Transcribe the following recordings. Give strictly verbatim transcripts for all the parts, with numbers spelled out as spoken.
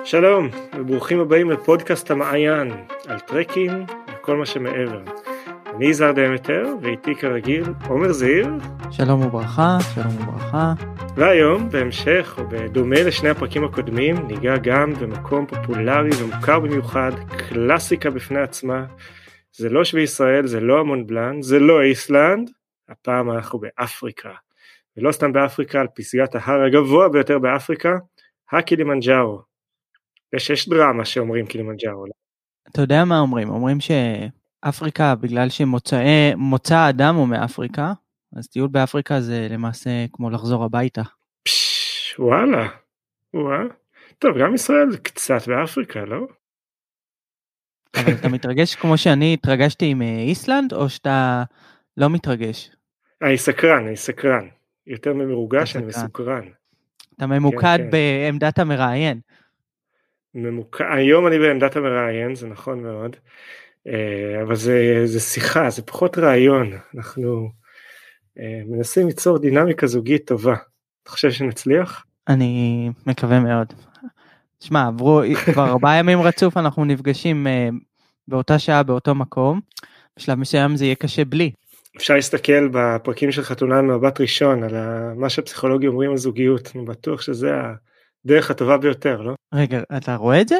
שלום וברוכים הבאים לפודקאסט המעיין על טרקים וכל מה שמעבר. אני זר דמטר ואיתי כרגיל עומר זעיר. שלום וברכה, שלום וברכה. והיום בהמשך או בדומה לשני הפרקים הקודמים ניגע גם במקום פופולרי ומוכר במיוחד, קלאסיקה בפני עצמה. זה לא שבי ישראל, זה לא המון בלאן, זה לא איסלנד, הפעם אנחנו באפריקה. ולא סתם באפריקה, על פסגת ההר הגבוה ביותר באפריקה, הקילימנג'ארו. יש, יש דרמה שאומרים קילימנג'ארו. אתה יודע מה אומרים? אומרים שאפריקה, בגלל שמוצא האדם הוא מאפריקה, אז טיול באפריקה זה למעשה כמו לחזור הביתה. פש, וואלה. וואלה. טוב, גם ישראל זה קצת באפריקה, לא? אבל אתה מתרגש כמו שאני התרגשתי עם איסלנד, או שאתה לא מתרגש? אני סקרן, אני סקרן. יותר ממרוגש, אני מסוקרן. אתה ממוקד כן, בעמדת המראיין. ממוקד, היום אני בעמדת המראיין, זה נכון מאוד. אבל זה, זה שיחה, זה פחות רעיון. אנחנו מנסים ליצור דינמיקה זוגית טובה. אתה חושב שנצליח? אני מקווה מאוד. תשמע, עברו כבר ארבעה ימים רצוף, אנחנו נפגשים באותה שעה, באותו מקום. בשלב מסוים זה יהיה קשה בלי. אפשר להסתכל בפרקים של חתונה ממבט ראשון, על מה שהפסיכולוגים אומרים על זוגיות. אני בטוח שזה הדרך הטובה ביותר, לא? רגע, אתה רואה את זה?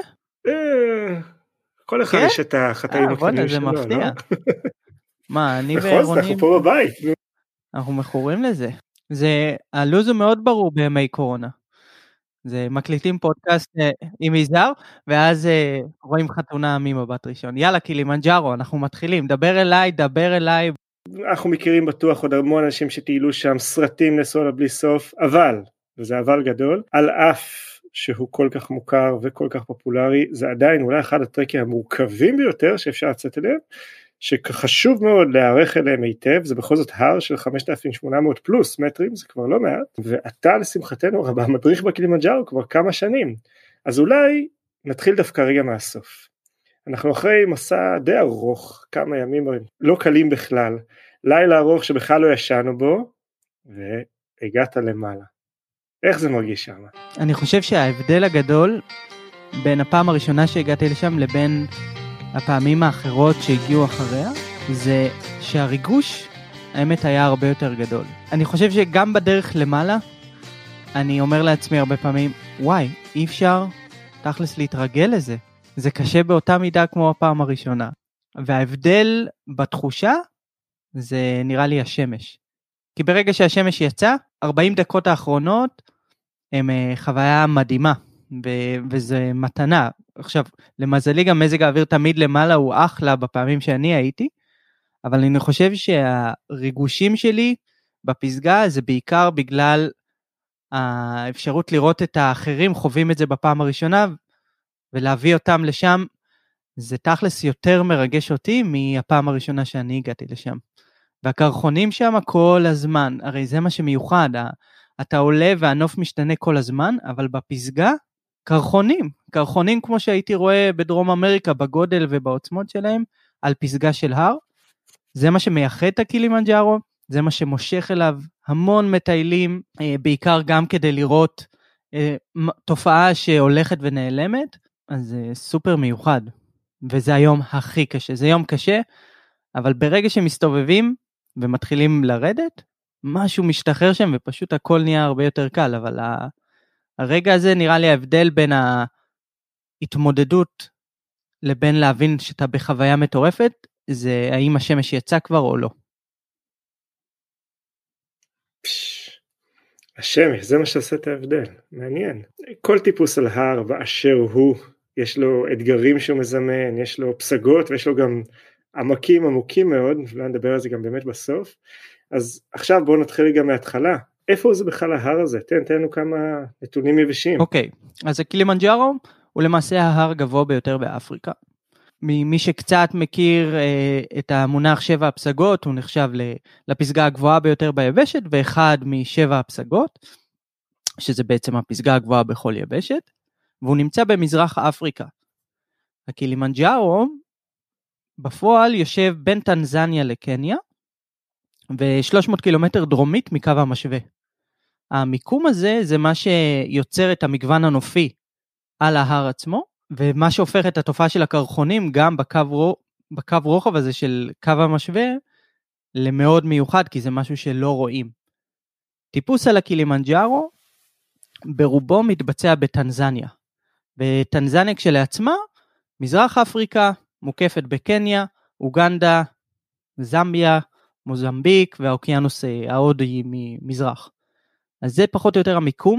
כל אחד יש את החטאים הקטנים שלו, לא? מה, אני ואירונים... נכון, אנחנו פה בבית. אנחנו מכורים לזה. הלוז הוא מאוד ברור בימי קורונה. זה מקליטים פודקאסט עם יזהר, ואז רואים חתונה ממבט ראשון. יאללה, קילימנג'ארו, אנחנו מתחילים. דבר אליי, דבר אליי. אנחנו מכירים בטוח עוד המון אנשים שטיילו שם, סרטים נסעו לה בלי סוף, אבל, וזה אבל גדול, על אף שהוא כל כך מוכר וכל כך פופולרי, זה עדיין אולי אחד הטרקים המורכבים ביותר שאפשר לצאת אליהם, שחשוב מאוד להיערך אליהם היטב, זה בכל זאת הר של חמשת אלפים ושמונה מאות פלוס מטרים, זה כבר לא מעט, ואתה לשמחתנו רבה מדריך בקילימנג'ארו כבר כמה שנים, אז אולי נתחיל דווקא רגע מהסוף. אנחנו אחרי מסע די ארוך, כמה ימים לא קלים בכלל, לילה ארוך שבכלל לא ישנו בו, והגעת למעלה. איך זה מרגיש שם? אני חושב שההבדל הגדול בין הפעם הראשונה שהגעתי לשם לבין הפעמים האחרות שהגיעו אחריה, זה שהריגוש, האמת היה הרבה יותר גדול. אני חושב שגם בדרך למעלה, אני אומר לעצמי הרבה פעמים, וואי, אי אפשר תכלס להתרגל לזה. זה קשה באותה מידה כמו הפעם הראשונה. וההבדל בתחושה, זה נראה לי השמש. כי ברגע שהשמש יצא, ארבעים דקות האחרונות, הם חוויה מדהימה, ו- וזה מתנה. עכשיו, למזלי גם מזג האוויר תמיד למעלה הוא אחלה בפעמים שאני הייתי, אבל אני חושב שהריגושים שלי בפסגה זה בעיקר בגלל האפשרות לראות את האחרים חווים את זה בפעם הראשונה, ולהביא אותם לשם, זה תכלס יותר מרגש אותי מהפעם הראשונה שאני הגעתי לשם. והקרחונים שם כל הזמן, הרי זה מה שמיוחד, אתה עולה והנוף משתנה כל הזמן, אבל בפסגה, קרחונים, קרחונים כמו שהייתי רואה בדרום אמריקה, בגודל ובעוצמות שלהם, על פסגה של הר, זה מה שמייחד את הקילימנג'ארו, זה מה שמושך אליו המון מטיילים, בעיקר גם כדי לראות תופעה שהולכת ונעלמת, אז זה סופר מיוחד, וזה היום הכי קשה, זה יום קשה, אבל ברגע שמסתובבים ומתחילים לרדת, משהו משתחרר שם ופשוט הכל נהיה הרבה יותר קל, אבל הרגע הזה נראה לי ההבדל בין ההתמודדות לבין להבין שאתה בחוויה מטורפת, זה האם השמש יצא כבר או לא. השמש, זה מה שעושה את ההבדל, מעניין. כל טיפוס על הר באשר הוא, יש לו אתגרים שהוא מזמן, יש לו פסגות ויש לו גם עמקים עמוקים מאוד, לא נדבר על זה גם באמת בסוף. אז עכשיו בואו נתחיל גם מההתחלה. איפה זה בכלל ההר הזה? תן, תן לנו כמה נתונים יבשים. אוקיי, אז הקילימנג'ארו הוא למעשה ההר הגבוה ביותר באפריקה. מי שקצת מכיר אה, את המונח שבע הפסגות, הוא נחשב לפסגה הגבוהה ביותר ביבשת, ואחד משבע הפסגות, שזה בעצם הפסגה הגבוהה בכל יבשת, והוא נמצא במזרח אפריקה. הקילימנג'ארו בפועל יושב בין טנזניה לקניה, ו-שלוש מאות קילומטר דרומית מקו המשווה. המיקום הזה זה מה שיוצר את המגוון הנופי על ההר עצמו, ומה שהופך את התופעה של הקרחונים, גם בקו, רו, בקו רוחב הזה של קו המשווה, למאוד מיוחד, כי זה משהו שלא רואים. טיפוס על הקילימנג'ארו, ברובו מתבצע בטנזניה. בטנזניה כשלעצמה, מזרח אפריקה, מוקפת בקניה, אוגנדה, זמביה, מוזמביק, והאוקיינוס ההודי ממזרח. אז זה פחות או יותר המיקום,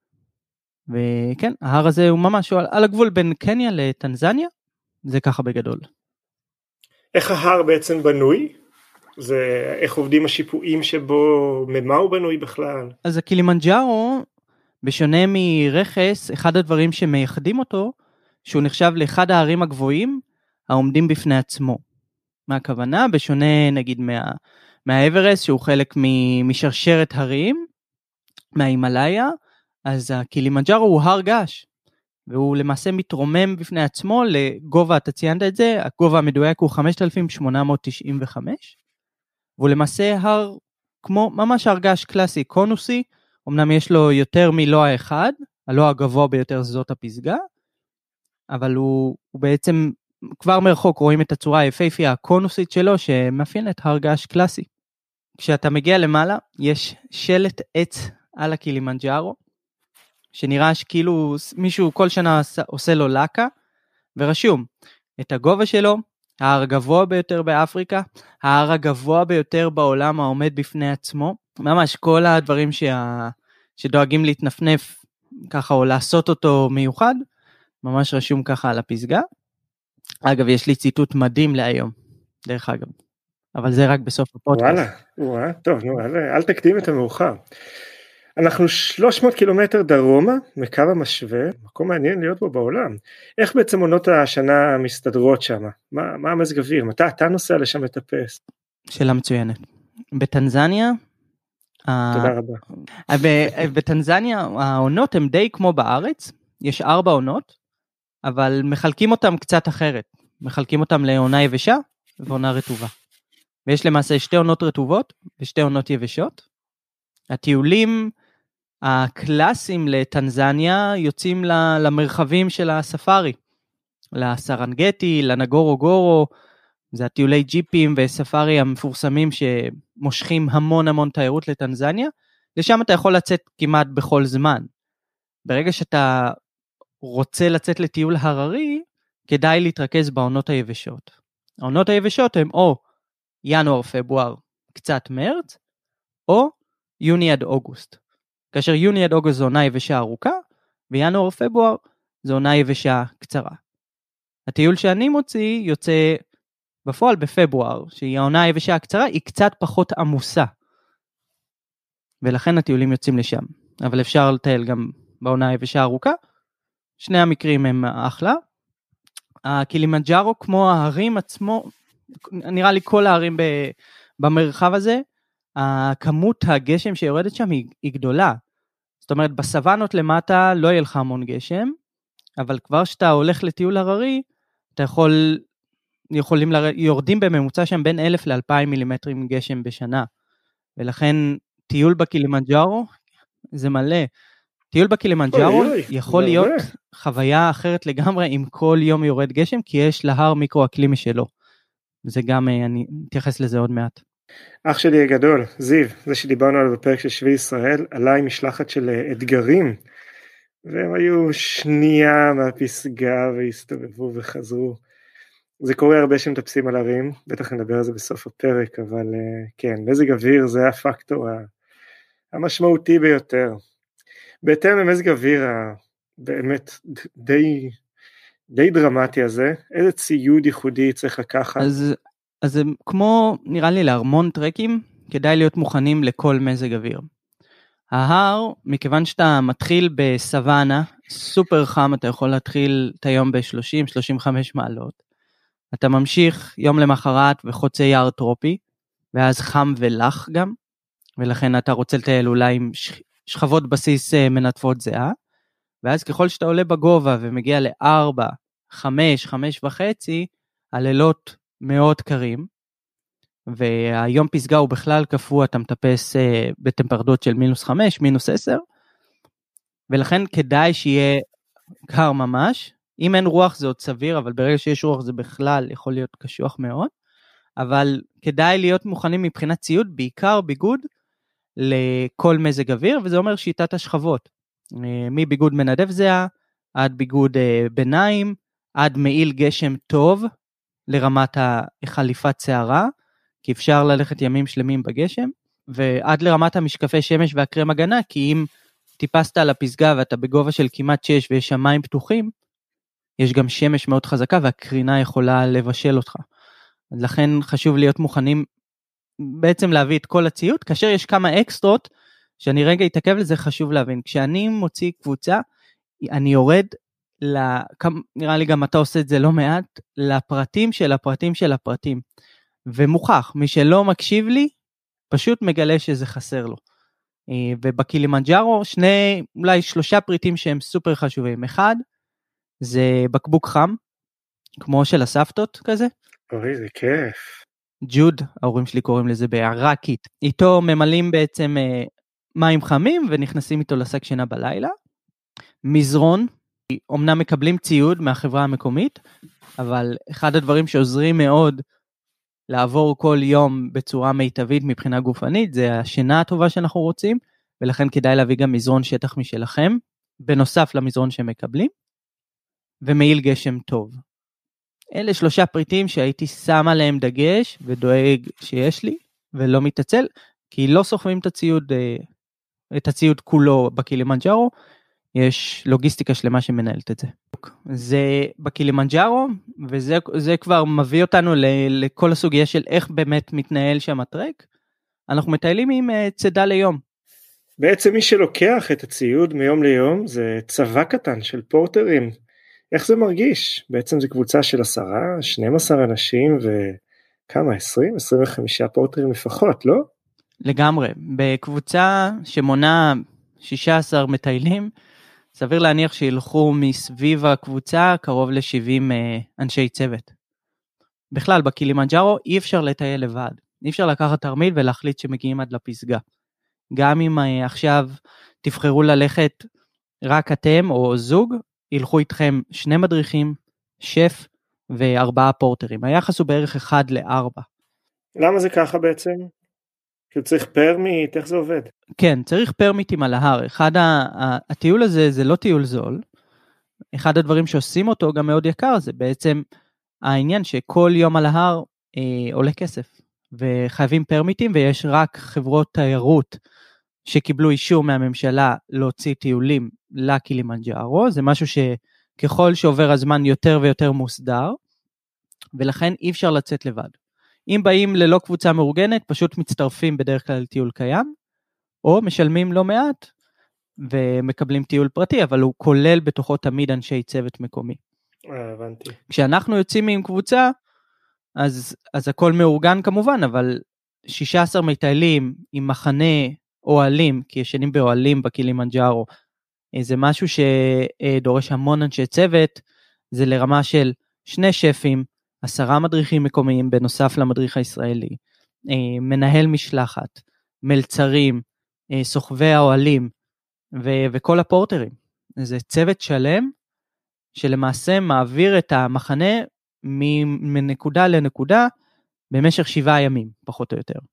וכן, ההר הזה הוא ממש על, על הגבול בין קניה לטנזניה, זה ככה בגדול. איך ההר בעצם בנוי? זה איך עובדים השיפועים שבו, ממה הוא בנוי בכלל? אז הקילימנג'ארו, בשונה מרכס, אחד הדברים שמייחדים אותו, שהוא נחשב לאחד הערים הגבוהים, העומדים בפני עצמו. מה הכוונה? בשונה נגיד מה, מהאברסט, שהוא חלק משרשרת הרים, מההימאליה, אז הקילימנג'ארו הוא הר געש, והוא למעשה מתרומם בפני עצמו לגובה, אתה ציינת את זה, הגובה המדויק הוא חמשת אלפים שמונה מאות תשעים וחמש, והוא למעשה הר כמו ממש הר געש קלאסי, קונוסי, אמנם יש לו יותר מלא האחד, הלא הגבוה ביותר זאת הפסגה, אבל הוא, הוא בעצם כבר מרחוק רואים את הצורה היפהפייה הקונוסית שלו, שמאפיינת הר געש קלאסי. כשאתה מגיע למעלה, יש שלט עץ על הקילימנג'ארו, שנראה שכאילו מישהו כל שנה עושה לו לקה, ורשום את הגובה שלו, ההר הגבוה ביותר באפריקה, ההר הגבוה ביותר בעולם העומד בפני עצמו, ממש כל הדברים שה... שדואגים להתנפנף ככה או לעשות אותו מיוחד, ממש רשום ככה על הפסגה. אגב, יש לי ציטוט מדהים להיום, דרך אגב, אבל זה רק בסוף הפודקאסט. וואלה, וואלה, טוב, נו, אל, אל תקדים את המאוחר. אנחנו שלוש מאות קילומטר דרומה מקו המשווה, מקום מעניין להיות בו בעולם. איך בעצם עונות השנה מסתדרות שם? מה, מה המזג אוויר? מתי אתה נוסע לשם לטפס? שאלה מצוינת. בטנזניה, תודה רבה. בטנזניה העונות הן די כמו בארץ, יש ארבע עונות, אבל מחלקים אותם קצת אחרת. מחלקים אותם לעונה יבשה ועונה רטובה. ויש למעשה שתי עונות רטובות ושתי עונות יבשות. הטיולים הקלאסיים לטנזניה יוצאים למרחבים של הספארי, לסרנגטי, לנגורו גורו, זה הטיולי ג'יפים וספארי המפורסמים שמושכים המון המון תיירות לטנזניה, לשם אתה יכול לצאת כמעט בכל זמן. ברגע שאתה רוצה לצאת לטיול הררי, כדאי להתרכז בעונות היבשות. העונות היבשות הן או ינואר, פברואר, קצת מרץ, או יוני עד אוגוסט. כאשר יוני עד אוגוסט זו עונה יבשה ארוכה, וינואר, פברואר זו עונה יבשה קצרה. הטיול שאני מוציא יוצא בפועל בפברואר, שהיא העונה היבשה הקצרה, היא קצת פחות עמוסה. ולכן הטיולים יוצאים לשם. אבל אפשר לטייל גם בעונה היבשה ארוכה. שני המקרים הם אחלה. הקילימנג'ארו כמו ההרים עצמו, נראה לי כל ההרים במרחב הזה, הכמות הגשם שיורדת שם היא, היא גדולה. זאת אומרת, בסוונות למטה לא יהיה לך המון גשם, אבל כבר שאתה הולך לטיול הררי, אתה יכול, יכולים, לר... יורדים בממוצע שם בין אלף לאלפיים מילימטרים גשם בשנה, ולכן טיול בקילימנג'ארו, זה מלא. טיול בקילימנג'ארו יכול להיות חוויה אחרת לגמרי, אם כל יום יורד גשם, כי יש להר מיקרו-אקלימי שלו. זה גם, אני אתייחס לזה עוד מעט. אח שלי הגדול, זיו, זה שדיברנו עליו בפרק של שביל ישראל, עלה עם משלחת של אתגרים, והם היו שנייה מהפסגה והסתובבו וחזרו. זה קורה הרבה שמטפסים על הרים, בטח נדבר על זה בסוף הפרק, אבל כן, מזג אוויר זה הפקטור המשמעותי ביותר. בהתאם למזג אוויר באמת די, די דרמטי הזה, איזה ציוד ייחודי צריך לקחת? אז, אז זה כמו, נראה לי להרמון טרקים, כדאי להיות מוכנים לכל מזג אוויר. ההר, מכיוון שאתה מתחיל בסוואנה, סופר חם, אתה יכול להתחיל את היום ב-שלושים שלושים וחמש מעלות, אתה ממשיך יום למחרת וחוצה יער טרופי, ואז חם ולח גם, ולכן אתה רוצה לטייל אולי עם שכבות בסיס מנטפות זהה, ואז ככל שאתה עולה בגובה ומגיע לארבע, חמש, חמש וחצי, הלילות מאוד קרים, והיום פסגה הוא בכלל קפוא, אתה מטפס בטמפרדות של מינוס חמש, מינוס עשר, ולכן כדאי שיהיה קר ממש, אם אין רוח זה עוד סביר, אבל ברגע שיש רוח זה בכלל יכול להיות קשוח מאוד, אבל כדאי להיות מוכנים מבחינת ציוד, בעיקר ביגוד לכל מזג אוויר, וזה אומר שיטת השכבות, מביגוד מנדף זהה, עד ביגוד ביניים, עד מעיל גשם טוב, לרמת החליפת שערה, כי אפשר ללכת ימים שלמים בגשם, ועד לרמת המשקפי שמש והקרם הגנה, כי אם טיפסת על הפסגה ואתה בגובה של כמעט שש ויש שמיים פתוחים, יש גם שמש מאוד חזקה והקרינה יכולה לבשל אותך. לכן חשוב להיות מוכנים בעצם להביא את כל הציוד, כאשר יש כמה אקסטרות, שאני רגע אתעכב לזה חשוב להבין, כשאני מוציא קבוצה, אני יורד, נראה לי גם אתה עושה את זה לא מעט, לפרטים של הפרטים של הפרטים, ומוכח, מי שלא מקשיב לי, פשוט מגלה שזה חסר לו. ובקילימנג'ארו, שני, אולי שלושה פריטים שהם סופר חשובים. אחד, זה בקבוק חם, כמו של הסבתות כזה. אוי, זה כיף. ג'וד, ההורים שלי קוראים לזה בערקית. איתו ממלאים בעצם מים חמים, ונכנסים איתו לשק שינה בלילה. מזרון, אומנם מקבלים ציוד מהחברה המקומית, אבל אחד הדברים שעוזרים מאוד לעבור כל יום בצורה מיטבית מבחינה גופנית, זה השינה הטובה שאנחנו רוצים, ולכן כדאי להביא גם מזרון שטח משלכם, בנוסף למזרון שמקבלים, ומעיל גשם טוב. אלה שלושה פריטים שהייתי שם עליהם דגש, ודואג שיש לי, ולא מתעצל, כי לא סוחבים את הציוד, את הציוד כולו בקילימנג'ארו, יש לוגיסטיקה שלמה שמנהלת את זה. זה בקילימנג'ארו, וזה זה כבר מביא אותנו ל, לכל הסוגיה של איך באמת מתנהל שם הטרק. אנחנו מטיילים עם צידה ליום. בעצם מי שלוקח את הציוד מיום ליום, זה צבא קטן של פורטרים. איך זה מרגיש? בעצם זה קבוצה של עשרה, שנים עשר אנשים, וכמה, עשרים, עשרים וחמישה פורטרים לפחות, לא? לגמרי. בקבוצה שמונה שישה עשר מטיילים, סביר להניח שילכו מסביב הקבוצה קרוב ל-שבעים אנשי צוות. בכלל, בקילימנג'ארו אי אפשר לטייל לבד. אי אפשר לקחת תרמיל ולהחליט שמגיעים עד לפסגה. גם אם עכשיו תבחרו ללכת רק אתם או זוג, ילכו איתכם שני מדריכים, שף וארבעה פורטרים. היחס הוא בערך אחד לארבע. למה זה ככה בעצם? כי צריך פרמיט, איך זה עובד? כן, צריך פרמיטים על ההר. אחד הטיול הזה זה לא טיול זול. אחד הדברים שעושים אותו גם מאוד יקר, זה בעצם העניין שכל יום על ההר אה, עולה כסף. וחייבים פרמיטים, ויש רק חברות תיירות שקיבלו אישור מהממשלה להוציא טיולים לקילימנג'ארו. זה משהו שככל שעובר הזמן יותר ויותר מוסדר, ולכן אי אפשר לצאת לבד. אם באים ללא קבוצה מאורגנת, פשוט מצטרפים בדרך כלל לטיול קיים, או משלמים לא מעט, ומקבלים טיול פרטי, אבל הוא כולל בתוכו תמיד אנשי צוות מקומי. אה, הבנתי. כשאנחנו יוצאים עם קבוצה, אז, אז הכל מאורגן כמובן, אבל שישה עשר מטיילים עם מחנה אוהלים, כי ישנים באוהלים בקילימנג'ארו, זה משהו שדורש המון אנשי צוות, זה לרמה של שני שפים, עשרה מדריכים מקומיים בנוסף למדריך הישראלי, מנהל משלחת, מלצרים, סוחבי האוהלים, ו- וכל הפורטרים. זה צוות שלם, שלמעשה מעביר את המחנה מנקודה לנקודה, במשך שבעה ימים, פחות או יותר.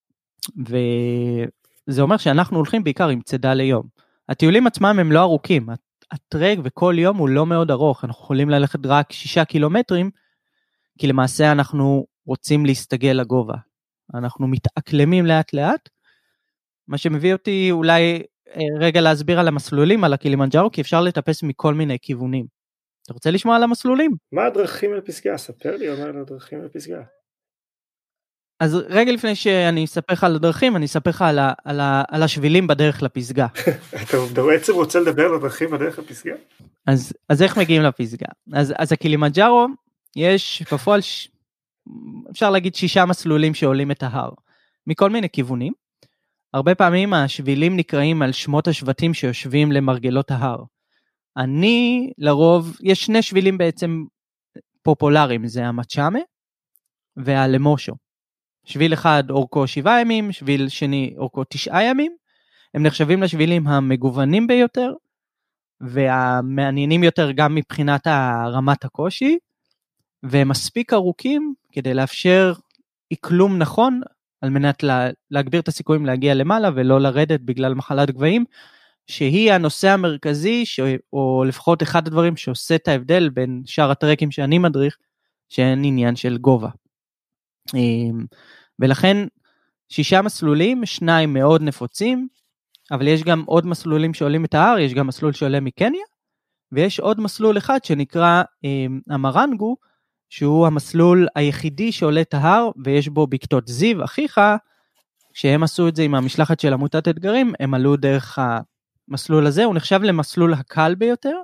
וזה אומר שאנחנו הולכים בעיקר עם צידה ליום. הטיולים עצמם הם לא ארוכים, הטרק וכל יום הוא לא מאוד ארוך, אנחנו יכולים ללכת רק שישה קילומטרים, כי למעשה אנחנו רוצים להסתגל לגובה. אנחנו מתאקלמים לאט לאט, מה שמביא אותי אולי רגע להסביר על המסלולים, על הקילימנג'ארו, כי אפשר לטפס מכל מיני כיוונים. אתה רוצה לשמוע על המסלולים? מה הדרכים לפסגה? ספר לי אומר על הדרכים לפסגה. אז רגע לפני שאני אספר לך על הדרכים, אני אספר לך על, ה, על, ה, על השבילים בדרך לפסגה. אתה בעצם רוצה לדבר על הדרכים בדרך לפסגה? אז, אז איך מגיעים לפסגה? אז, אז הקילימנג'ארו, יש בפועל, ש... אפשר להגיד שישה מסלולים שעולים את ההר, מכל מיני כיוונים. הרבה פעמים השבילים נקראים על שמות השבטים שיושבים למרגלות ההר. אני לרוב, יש שני שבילים בעצם פופולריים, זה המצ'אמה והלמושו. שביל אחד אורכו שבעה ימים, שביל שני אורכו תשעה ימים, הם נחשבים לשבילים המגוונים ביותר, והמעניינים יותר גם מבחינת רמת הקושי, והם מספיק ארוכים כדי לאפשר עיכלום נכון, על מנת לה, להגביר את הסיכויים להגיע למעלה, ולא לרדת בגלל מחלת גבהים, שהיא הנושא המרכזי, ש... או לפחות אחד הדברים שעושה את ההבדל בין שאר הטרקים שאני מדריך, שאין עניין של גובה. ולכן שישה מסלולים, שניים מאוד נפוצים, אבל יש גם עוד מסלולים שעולים את ההר, יש גם מסלול שעולה מקניה, ויש עוד מסלול אחד שנקרא המרנגו, שהוא המסלול היחידי שעולה את ההר, ויש בו בקתות זיו, אחיך, כשהם עשו את זה עם המשלחת של עמותת אתגרים, הם עלו דרך המסלול הזה, הוא נחשב למסלול הקל ביותר,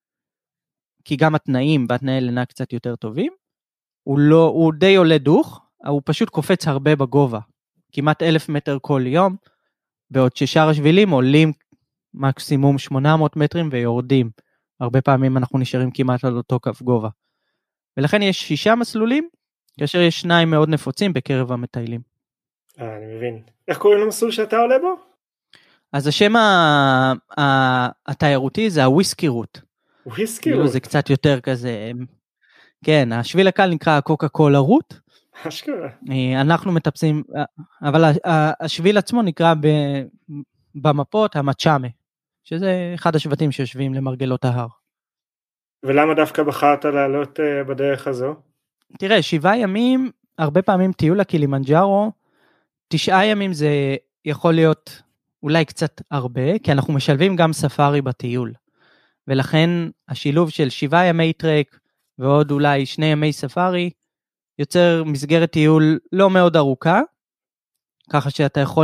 כי גם התנאים והתנאי לינה קצת יותר טובים, הוא, לא, הוא די עולה דוך, הוא פשוט קופץ הרבה בגובה, כמעט אלף מטר כל יום, בעוד ששאר השבילים עולים מקסימום שמונה מאות מטרים ויורדים, הרבה פעמים אנחנו נשארים כמעט על אותו קו גובה. ולכן יש שישה מסלולים, כאשר יש שניים מאוד נפוצים בקרב המטיילים. אה, אני מבין. איך קוראים למסלול שאתה עולה בו? אז השם ה- ה- התיירותי זה הוויסקי רוט. וויסקי רוט? זה קצת יותר כזה, כן, השביל הקל נקרא קוקה קולה רוט. אשכרה. אנחנו מטפסים, אבל השביל עצמו נקרא ב- במפות המצ'אמה, שזה אחד השבטים שיושבים למרגלות ההר. ולמה דווקא בחרת לעלות uh, בדרך הזו? תראה, שבעה ימים, הרבה פעמים טיול לקילימנג'ארו, תשעה ימים זה יכול להיות אולי קצת הרבה, כי אנחנו משלבים גם ספארי בטיול, ולכן השילוב של שבעה ימי טרק, ועוד אולי שני ימי ספארי, יוצר מסגרת טיול לא מאוד ארוכה, ככה שאתה יכול,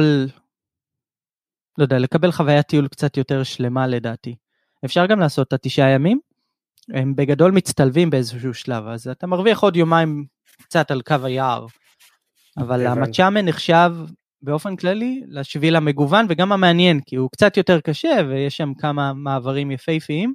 לא יודע, לקבל חוויית טיול קצת יותר שלמה לדעתי. אפשר גם לעשות את התשעה ימים, הם בגדול מצטלבים באיזשהו שלב, אז אתה מרוויח עוד יומיים קצת על קו היער, אבל המצ'אמה נחשב באופן כללי לשביל המגוון וגם המעניין, כי הוא קצת יותר קשה ויש שם כמה מעברים יפהפיים,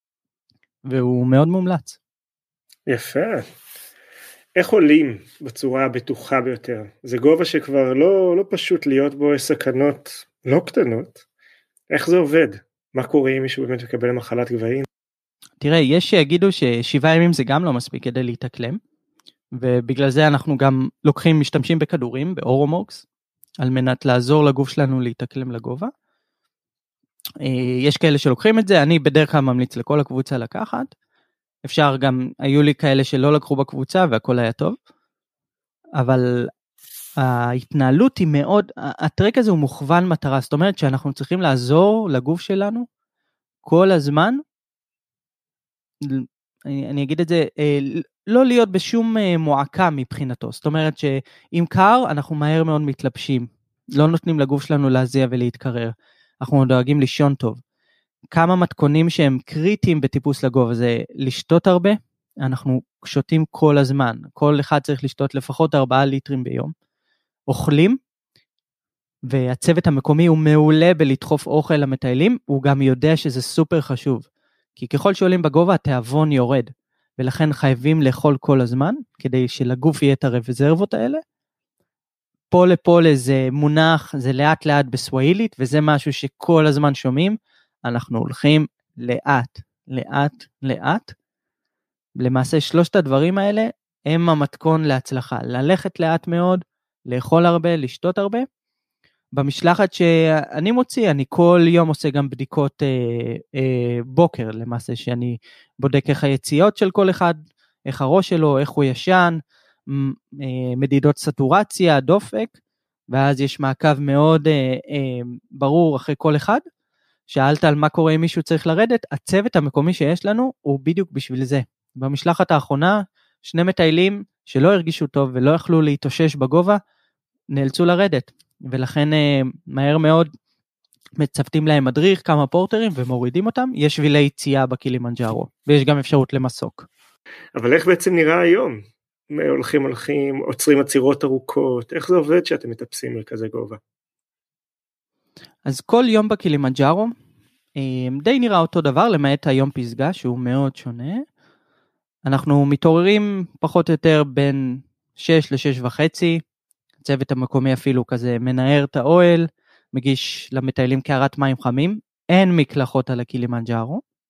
והוא מאוד מומלץ. יפה. איך עולים בצורה הבטוחה ביותר? זה גובה שכבר לא, לא פשוט להיות בו, יש סכנות לא קטנות. איך זה עובד? מה קורה אם מישהו באמת מקבל מחלת גבהים? תראה, יש שיגידו ששבעה ימים זה גם לא מספיק כדי להתאקלם, ובגלל זה אנחנו גם לוקחים, משתמשים בכדורים, באורומוקס, על מנת לעזור לגוף שלנו להתאקלם לגובה. יש כאלה שלוקחים את זה, אני בדרך כלל ממליץ לכל הקבוצה לקחת, אפשר גם, היו לי כאלה שלא לקחו בקבוצה והכל היה טוב, אבל ההתנהלות היא מאוד, הטרק הזה הוא מוכוון מטרה, זאת אומרת שאנחנו צריכים לעזור לגוף שלנו כל הזמן, אני, אני אגיד את זה, לא להיות בשום מועקה מבחינתו, זאת אומרת שאם קר אנחנו מהר מאוד מתלבשים, לא נותנים לגוף שלנו להזיע ולהתקרר, אנחנו דואגים לישון טוב. כמה מתכונים שהם קריטיים בטיפוס לגובה, זה לשתות הרבה, אנחנו שותים כל הזמן, כל אחד צריך לשתות לפחות ארבעה ליטרים ביום, אוכלים, והצוות המקומי הוא מעולה בלדחוף אוכל למטיילים, הוא גם יודע שזה סופר חשוב, כי ככל שעולים בגובה התיאבון יורד, ולכן חייבים לאכול כל הזמן, כדי שלגוף יהיה את הרזרבות האלה, פולה פולה זה מונח, זה לאט לאט בסווהילית, וזה משהו שכל הזמן שומעים, אנחנו הולכים לאט, לאט, לאט, למעשה שלושת הדברים האלה, הם המתכון להצלחה, ללכת לאט מאוד, לאכול הרבה, לשתות הרבה, במשלחת שאני מוציא, אני כל יום עושה גם בדיקות אה, אה, בוקר, למעשה שאני בודק איך היציאות של כל אחד, איך הראש שלו, איך הוא ישן, אה, מדידות סטורציה, דופק, ואז יש מעקב מאוד אה, אה, ברור אחרי כל אחד, שאלת על מה קורה אם מישהו צריך לרדת, הצוות המקומי שיש לנו הוא בדיוק בשביל זה. במשלחת האחרונה, שני מטיילים שלא הרגישו טוב ולא יכלו להתאושש בגובה, נאלצו לרדת. ולכן מהר מאוד מצוותים להם מדריך, כמה פורטרים ומורידים אותם, יש שבילי יציאה בקילימנג'ארו, ויש גם אפשרות למסוק. אבל איך בעצם נראה היום? הולכים הולכים, עוצרים עצירות ארוכות, איך זה עובד שאתם מטפסים לכזה גובה? אז כל יום בקילימנג'ארו, די נראה אותו דבר, למעט היום פסגה, שהוא מאוד שונה. אנחנו מתעוררים פחות או יותר בין שש לשש וחצי, הצוות המקומי אפילו כזה מנער את האוהל, מגיש למטיילים קערת מים חמים, אין מקלחות על הקילימנג'ארו,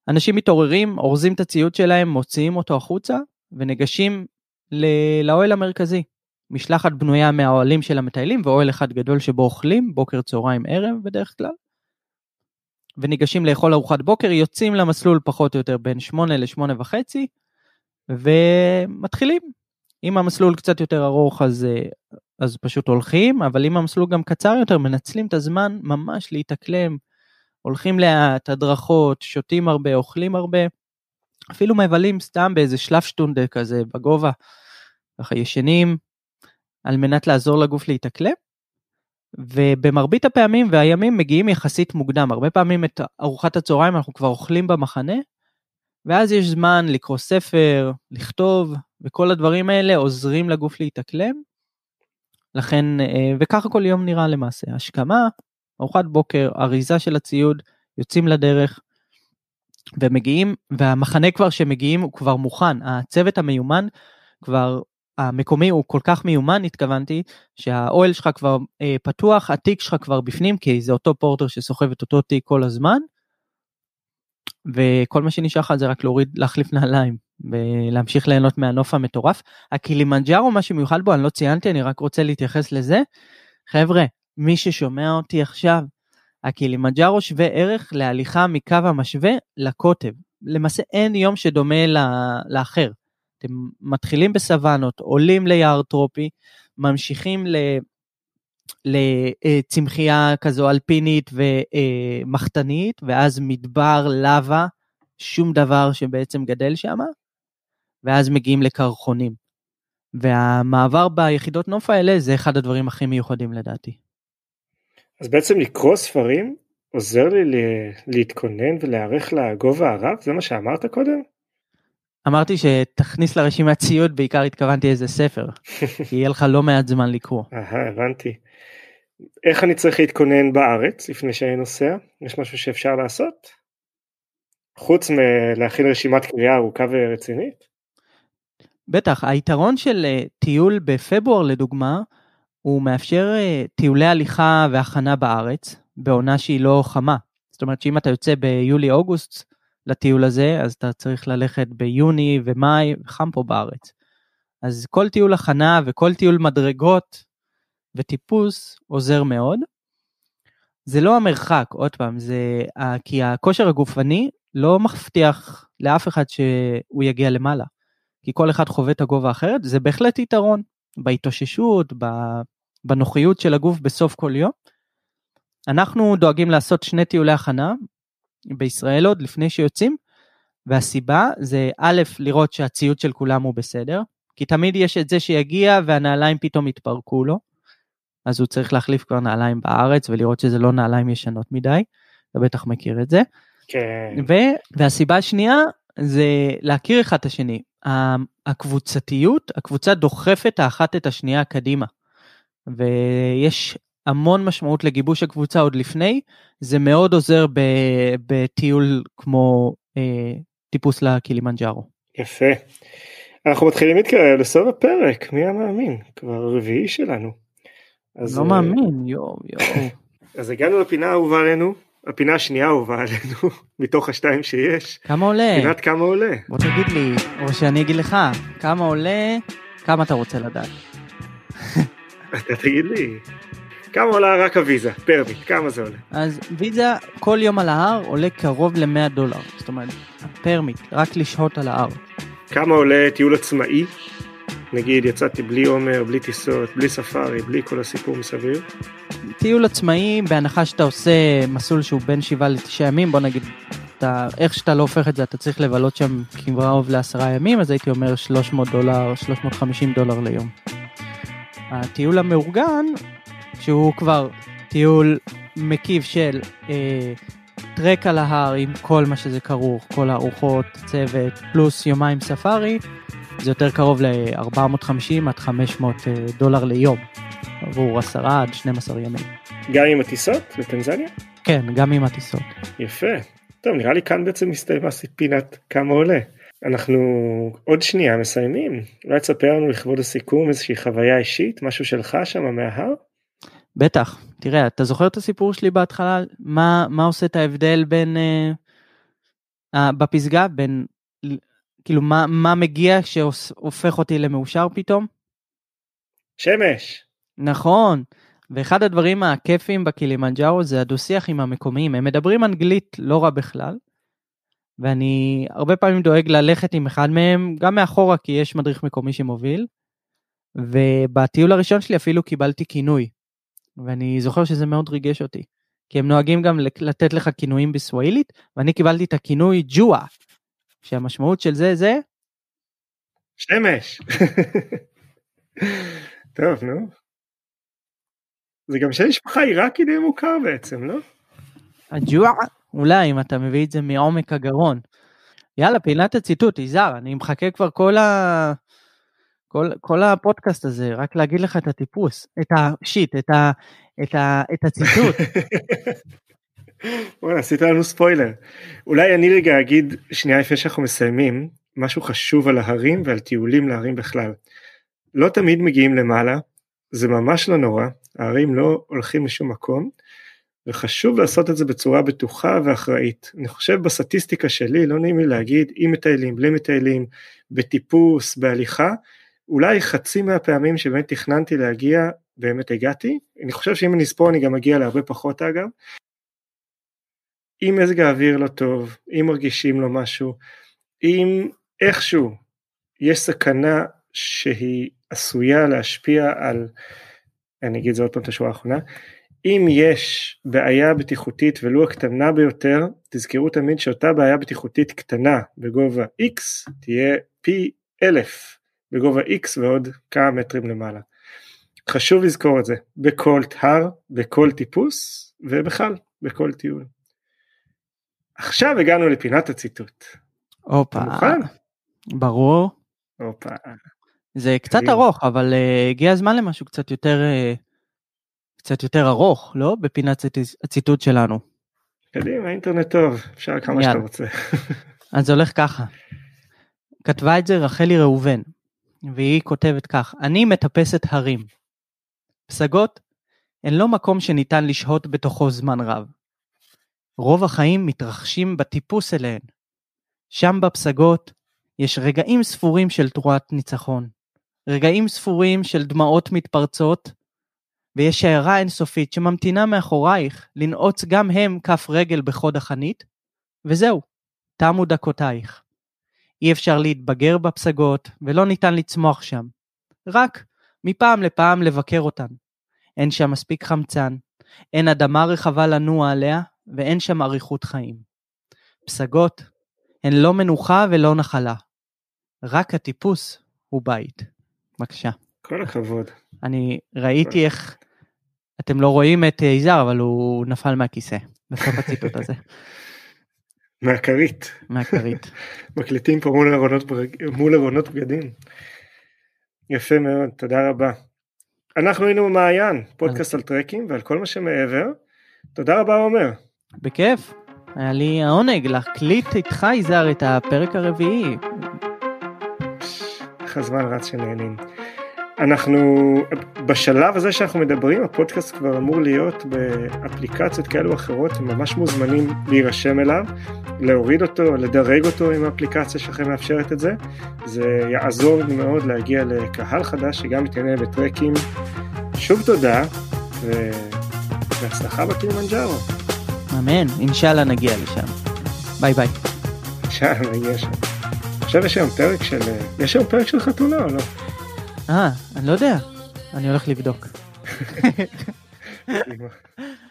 אנשים מתעוררים, אורזים את הציוד שלהם, מוציאים אותו החוצה, וניגשים לאוהל המרכזי. משלחת בנויה מהאוהלים של המטיילים, ואוהל אחד גדול שבו אוכלים, בוקר, צהריים, ערב בדרך כלל. וניגשים לאכול ארוחת בוקר, יוצאים למסלול פחות או יותר בין שמונה לשמונה וחצי, ומתחילים. אם המסלול קצת יותר ארוך, אז, אז פשוט הולכים, אבל אם המסלול גם קצר יותר, מנצלים את הזמן ממש להתאקלם, הולכים לאט, הדרכות, שותים הרבה, אוכלים הרבה, אפילו מבלים סתם באיזה שלף שטונדה כזה בגובה, ככה ישנים, על מנת לעזור לגוף להתאקלם, ובמרבית הפעמים והימים מגיעים יחסית מוקדם, הרבה פעמים את ארוחת הצהריים אנחנו כבר אוכלים במחנה, ואז יש זמן לקרוא ספר, לכתוב, וכל הדברים האלה עוזרים לגוף להתאקלם, לכן, וככה כל יום נראה למעשה, השכמה, ארוחת בוקר, אריזה של הציוד, יוצאים לדרך, ומגיעים, והמחנה כבר שמגיעים הוא כבר מוכן, הצוות המיומן כבר, המקומי הוא כל כך מיומן, התכוונתי, שהאוהל שלך כבר אה, פתוח, התיק שלך כבר בפנים, כי זה אותו פורטר שסוחב את אותו תיק כל הזמן, וכל מה שנשאר לך זה רק להוריד, להחליף נעליים, ולהמשיך ליהנות מהנוף המטורף. הקילימנג'ארו, מה שמיוחד בו, אני לא ציינתי, אני רק רוצה להתייחס לזה. חבר'ה, מי ששומע אותי עכשיו, הקילימנג'ארו שווה ערך להליכה מקו המשווה לקוטב. למעשה אין יום שדומה לאחר. אתם מתחילים בסוונות, עולים ליער טרופי, ממשיכים לצמחייה כזו אלפינית ומחתנית, ואז מדבר, לבה, שום דבר שבעצם גדל שם, ואז מגיעים לקרחונים. והמעבר ביחידות נוף האלה, זה אחד הדברים הכי מיוחדים לדעתי. אז בעצם לקרוא ספרים, עוזר לי להתכונן ולהערך לגובה הרב? זה מה שאמרת קודם? אמרתי שתכניס לרשימת ציוד, בעיקר התכוונתי איזה ספר, כי יהיה לך לא מעט זמן לקרוא. אהה, הבנתי. איך אני צריך להתכונן בארץ לפני שאני נוסע? יש משהו שאפשר לעשות? חוץ מלהכין רשימת קריאה ארוכה ורצינית? בטח, היתרון של טיול בפברואר לדוגמה, הוא מאפשר טיולי הליכה והכנה בארץ, בעונה שהיא לא חמה. זאת אומרת שאם אתה יוצא ביולי-אוגוסט לטיול הזה, אז אתה צריך ללכת ביוני ומאי, חם פה בארץ. אז כל טיול הכנה וכל טיול מדרגות וטיפוס עוזר מאוד. זה לא המרחק, עוד פעם, זה, כי הכושר הגופני לא מבטיח לאף אחד שהוא יגיע למעלה. כי כל אחד חווה את הגובה אחרת, זה בהחלט יתרון, בהתאוששות, בנוחיות של הגוף בסוף כל יום. אנחנו דואגים לעשות שני טיולי הכנה, בישראל עוד לפני שיוצאים, והסיבה זה א', לראות שהציוד של כולם הוא בסדר, כי תמיד יש את זה שיגיע והנעליים פתאום יתפרקו לו, אז הוא צריך להחליף כבר נעליים בארץ, ולראות שזה לא נעליים ישנות מדי, אתה בטח מכיר את זה. כן. ו- והסיבה השנייה זה להכיר אחד את השני, הקבוצתיות, הקבוצה דוחפת האחת את השנייה קדימה, ויש המון משמעות לגיבוש הקבוצה עוד לפני, זה מאוד עוזר בטיול כמו אה, טיפוס לקילימנג'ארו. יפה. אנחנו מתחילים להתקרב לסוף הפרק, מי המאמין? כבר הרביעי שלנו. לא מאמין, יו, יו. אז הגענו לפינה האהובה עלינו, הפינה השנייה האהובה עלינו, מתוך השתיים שיש. כמה עולה? פינת כמה עולה. בוא תגיד לי, או שאני אגיד לך, כמה עולה, כמה אתה רוצה לדעת? אתה תגיד לי. כמה עולה רק הוויזה, פרמיט, כמה זה עולה? אז ויזה כל יום על ההר עולה קרוב ל-מאה דולר, זאת אומרת, הפרמיט, רק לשהות על ההר. כמה עולה טיול עצמאי? נגיד יצאתי בלי עומר, בלי טיסות, בלי ספארי, בלי כל הסיפור מסביב. טיול עצמאי, בהנחה שאתה עושה מסלול שהוא בין שבעה לתשעה ימים, בוא נגיד, אתה, איך שאתה לא הופך את זה, אתה צריך לבלות שם כמרוב לעשרה ימים, אז הייתי אומר שלוש מאות דולר, שלוש מאות וחמישים דולר ליום. הטיול המאורגן, שהוא כבר טיול מקיף של אה, טרק על ההר עם כל מה שזה כרוך, כל הארוחות, צוות, פלוס יומיים ספארי, זה יותר קרוב ל-ארבע מאות וחמישים עד חמש מאות דולר ליום, עבור עשרה עד שנים עשר ימים. גם עם הטיסות לטנזניה? כן, גם עם הטיסות. יפה. טוב, נראה לי כאן בעצם מסתיימה פינת כמה עולה. אנחנו עוד שנייה מסיימים. אולי תספר לנו לכבוד הסיכום איזושהי חוויה אישית, משהו שלך שם מההר? בטח. תראה, אתה זוכר את הסיפור שלי בהתחלה? מה, מה עושה את ההבדל בין, בפסגה, בין, כאילו, מה, מה מגיע שהופך אותי למאושר פתאום? שמש. נכון. ואחד הדברים הכיפים בקילימנג'ארו זה הדו-שיח עם המקומיים. הם מדברים אנגלית לא רע בכלל, ואני הרבה פעמים דואג ללכת עם אחד מהם, גם מאחורה, כי יש מדריך מקומי שמוביל, ובטיול הראשון שלי אפילו קיבלתי כינוי, ואני זוכר שזה מאוד ריגש אותי, כי הם נוהגים גם לתת לך כינויים בסווהילית, ואני קיבלתי את הכינוי ג'ואה, שהמשמעות של זה זה... שמש. טוב, נו. זה גם שם משפחה עיראקי די מוכר בעצם, לא? הג'ואה, אולי אם אתה מביא את זה מעומק הגרון. יאללה, פינת הציטוט, יזהר, אני מחכה כבר כל ה... כל, כל הפודקאסט הזה, רק להגיד לך את הטיפוס, את השיט, את, ה, את, ה, את הציטוט. וואלה, עשית לנו ספוילר. אולי אני רגע אגיד, שנייה לפני שאנחנו מסיימים, משהו חשוב על ההרים ועל טיולים להרים בכלל. לא תמיד מגיעים למעלה, זה ממש לא נורא, ההרים לא הולכים לשום מקום, וחשוב לעשות את זה בצורה בטוחה ואחראית. אני חושב בסטטיסטיקה שלי, לא נעים לי להגיד, עם מטיילים, בלי מטיילים, בטיפוס, בהליכה, אולי חצי מהפעמים שבאמת תכננתי להגיע, באמת הגעתי. אני חושב שאם אני אספור אני גם אגיע להרבה פחות אגב. אם מזג האוויר לא טוב, אם מרגישים לו משהו, אם איכשהו יש סכנה שהיא עשויה להשפיע על, אני אגיד זה עוד פעם את השורה האחרונה, אם יש בעיה בטיחותית ולו הקטנה ביותר, תזכרו תמיד שאותה בעיה בטיחותית קטנה בגובה X תהיה פי אלף בגובה X ועוד כמה מטרים למעלה. חשוב לזכור את זה בכל הר, בכל טיפוס ובכלל בכל טיול. עכשיו הגענו לפינת הציטוט. אופה. מוכן? ברור. אופה. זה קצת ארוך, אבל uh, הגיע הזמן למשהו קצת יותר, uh, קצת יותר ארוך, לא? בפינת הציטוט שלנו. קדימה, האינטרנט טוב, אפשר כמה שאתה רוצה. אז זה הולך ככה. כתבה את זה רחלי ראובן, והיא כותבת כך, אני מטפסת הרים. פסגות הן לא מקום שניתן לשהות בתוכו זמן רב. רוב החיים מתרחשים בטיפוס אליהן. שם בפסגות יש רגעים ספורים של תרועת ניצחון, רגעים ספורים של דמעות מתפרצות, ויש שיירה אינסופית שממתינה מאחורייך לנעוץ גם הם כף רגל בחוד החנית, וזהו, תמו דקותייך. אי אפשר להתבגר בפסגות, ולא ניתן לצמוח שם. רק מפעם לפעם לבקר אותן. אין שם מספיק חמצן, אין אדמה רחבה לנוע עליה, ואין שם אריכות חיים. פסגות הן לא מנוחה ולא נחלה. רק הטיפוס הוא בית. בבקשה. כל הכבוד. אני ראיתי איך, אתם לא רואים את יזהר, אבל הוא נפל מהכיסא, בסוף הציטוט הזה. מהכרית. מהכרית. מקליטים פה מול ארונות, מול ארונות בגדים. יפה מאוד, תודה רבה. אנחנו היינו במעיין, פודקאסט על טרקים ועל כל מה שמעבר. תודה רבה עומר. בכיף. היה לי העונג להקליט איתך יזהר את הפרק הרביעי. איך הזמן רץ שנהנים. אנחנו, בשלב הזה שאנחנו מדברים, הפודקאסט כבר אמור להיות באפליקציות כאלו אחרות, הם ממש מוזמנים להירשם אליו, להוריד אותו, לדרג אותו עם האפליקציה שלכם מאפשרת את זה. זה יעזור מאוד להגיע לקהל חדש שגם מתעניין בטרקים. שוב תודה, והצלחה בקילימנג'ארו. אמן, אינשאללה נגיע לשם. ביי ביי. אינשאללה נגיע שם. עכשיו יש היום פרק של, יש היום פרק של חתונה או לא? אה, אני לא יודע. אני הולך לבדוק.